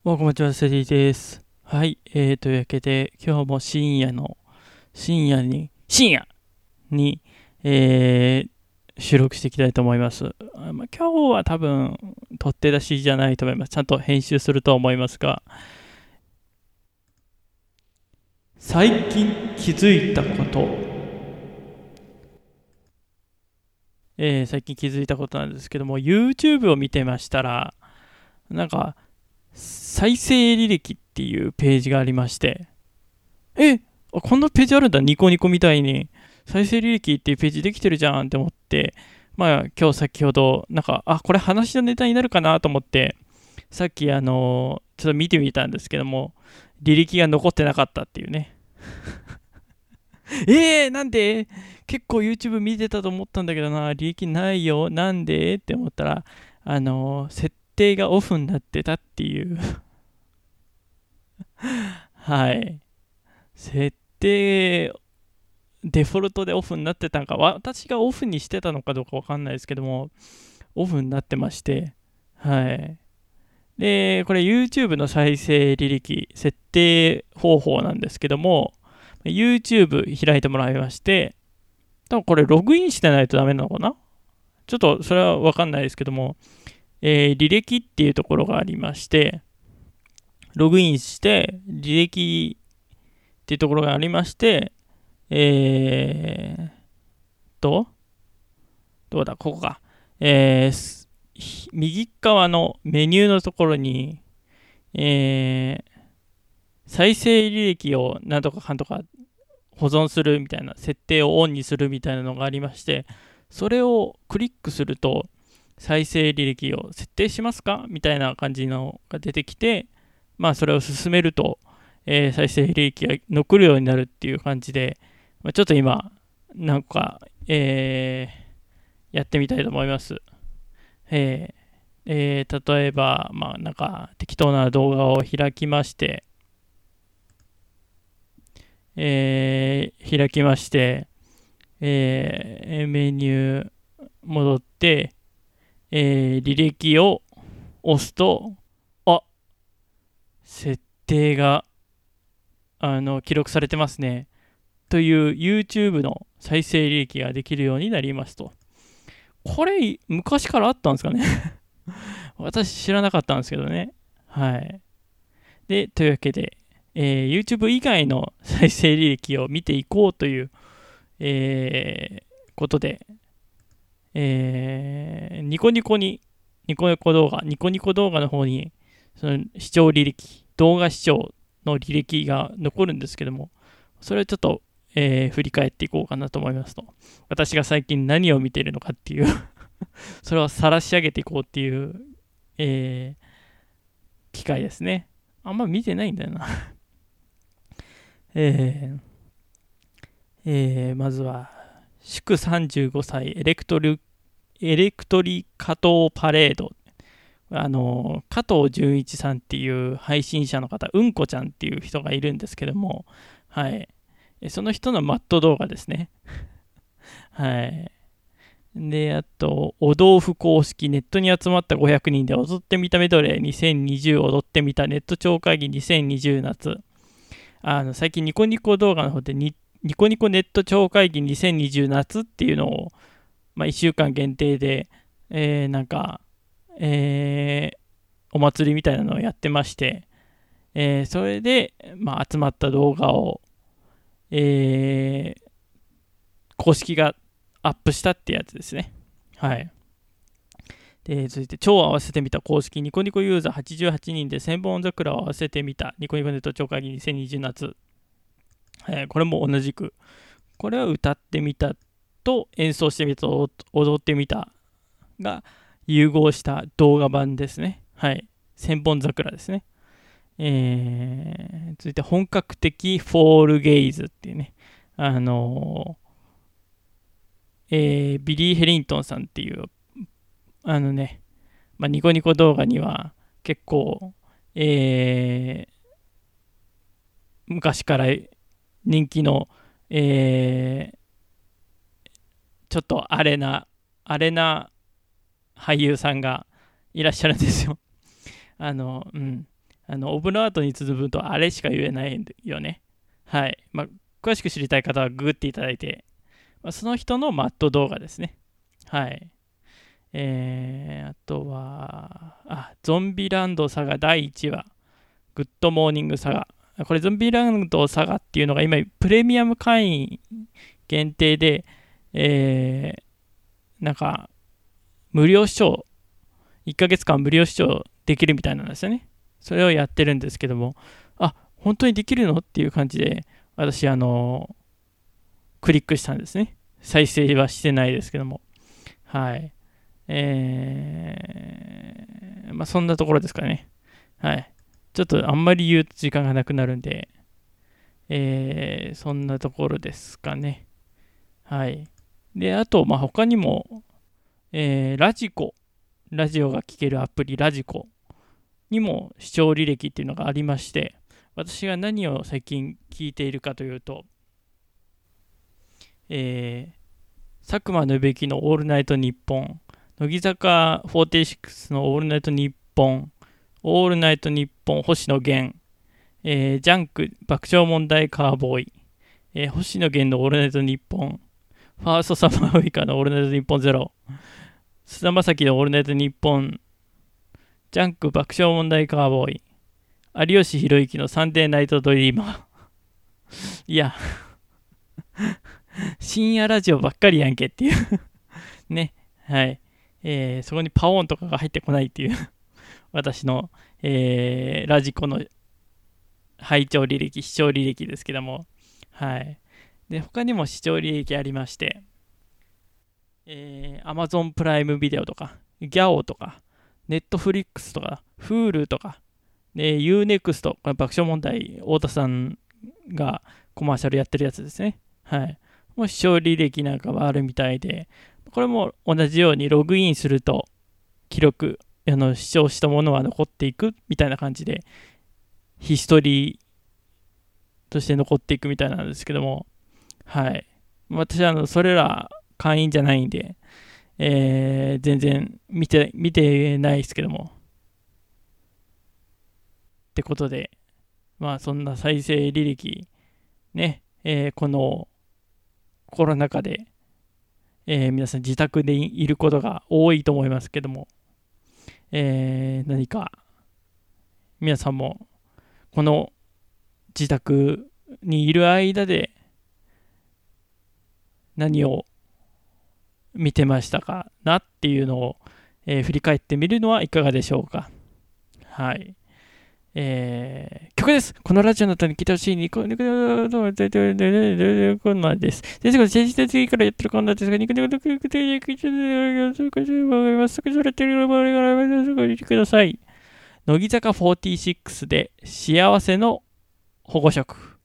こんにちは、セリーです。はい、というわけで、今日も深夜に、収録していきたいと思います。今日は多分、取って出しじゃないと思います。ちゃんと編集すると思いますが、最近気づいたこと、最近気づいたことなんですけども、YouTube を見てましたら、なんか、再生履歴っていうページがありまして、えこんなページあるんだ、ニコニコみたいに。再生履歴っていうページできてるじゃんって思って、今日先ほど、これ話のネタになるかなと思って、さっきちょっと見てみたんですけども、履歴が残ってなかったっていうね。なんで結構 YouTube 見てたと思ったんだけどな、履歴ないよ、なんでって思ったら、設定がオフになってたっていうはい。設定デフォルトでオフになってたのか、私がオフにしてたのかどうかわかんないですけども、オフになってまして、はい。で、これ YouTube の再生履歴、設定方法なんですけども、YouTube 開いてもらいまして、多分これログインしてないとダメなのかな、ちょっとそれはわかんないですけども、履歴っていうところがありまして、ログインして、履歴っていうところがありまして、えーと、どうだ、ここか。右側のメニューのところに、えー再生履歴をなんとかかんとか保存するみたいな、設定をオンにするみたいなのがありまして、それをクリックすると、再生履歴を設定しますかみたいな感じのが出てきて、それを進めると、再生履歴が残るようになるっていう感じで、ちょっと今、なんか、やってみたいと思います。え例えば、適当な動画を開きまして、開きまして、メニュー戻って、履歴を押すと、あ、設定が、記録されてますね。という YouTube の再生履歴ができるようになりますと。これ、昔からあったんですかね。私知らなかったんですけどね。はい。で、というわけで、YouTube 以外の再生履歴を見ていこうという、ことで、ニコニコ動画の方に、その視聴履歴、動画視聴の履歴が残るんですけども、それをちょっと、振り返っていこうかなと思いますと。私が最近何を見ているのかっていうそれを晒し上げていこうっていう、え機会ですね。あんま見てないんだよなえーまずは、祝35歳エレクトリ加藤パレード。加藤純一さんっていう配信者の方、うんこちゃんっていう人がいるんですけども、はい。その人のマット動画ですね。はい。で、あと、お豆腐公式、ネットに集まった500人で踊ってみたメドレー2020踊ってみたネット超会議2020夏。最近ニコニコ動画の方でニコニコネット超会議2020夏っていうのを、1週間限定で、えーお祭りみたいなのをやってまして、それで、集まった動画を、えー公式がアップしたってやつですね。はい。で、続いて、超合わせてみた公式ニコニコユーザー88人で1000本桜を合わせてみたニコニコネット超会議2020夏。これも同じく。これは歌ってみたと演奏してみたと踊ってみたが融合した動画版ですね。はい。千本桜ですね。続いて本格的フォールゲイズっていうね。ビリー・ヘリントンさんっていう、ニコニコ動画には結構、え昔から人気の、えちょっとアレな俳優さんがいらっしゃるんですよ。うん。 オブラートに続くとあれしか言えないよね。はい。詳しく知りたい方はググっていただいて、その人のマット動画ですね。はい。あとは、ゾンビランドサガ第1話、グッドモーニングサガ。これゾンビランドサガっていうのが今、プレミアム会員限定で、なんか、無料視聴、1ヶ月間無料視聴できるみたいなんですよね。それをやってるんですけども、本当にできるのっていう感じで、私、クリックしたんですね。再生はしてないですけども。はい。そんなところですかね。はい。ちょっとあんまり言うと時間がなくなるんで、そんなところですかね。はい。で、あと、他にも、ラジコ、ラジオが聴けるアプリラジコにも視聴履歴っていうのがありまして、私が何を最近聞いているかというと、佐久間信之のオールナイトニッポン、乃木坂46のオールナイトニッポン、オールナイトニッポン星野源、ジャンク爆笑問題カーボーイ、星野源のオールナイトニッポン、ファーストサマーウイカのオールナイトニッポンゼロ、菅田将暉のオールナイトニッポン、ジャンク爆笑問題カーボーイ、有吉弘行のサンデーナイトドリーマー。いや、深夜ラジオばっかりやんけっていうね。はい。そこにパオーンとかが入ってこないっていう私の、ラジコの拝聴履歴、視聴履歴ですけども。はい。で、他にも視聴履歴ありまして、Amazon プライムビデオとか、ギャオとか、Netflix とか、Hulu とか、Unext、これ爆笑問題、太田さんがコマーシャルやってるやつですね。はい。もう視聴履歴なんかはあるみたいで、これも同じようにログインすると、記録、視聴したものは残っていくみたいな感じで、ヒストリーとして残っていくみたいなんですけども、はい。私はそれら会員じゃないんで、全然見てないですけども。ってことで、そんな再生履歴、ね、このコロナ禍で、皆さん自宅でいることが多いと思いますけども、何か皆さんもこの自宅にいる間で何を見てましたかなっていうのを、振り返ってみるのはいかがでしょうか。はい。曲です。このラジオの後に聞いてほしいコーナーです。先生が先日次からやってるコーナーですが、それてるからください。乃木坂46で幸せの保護色。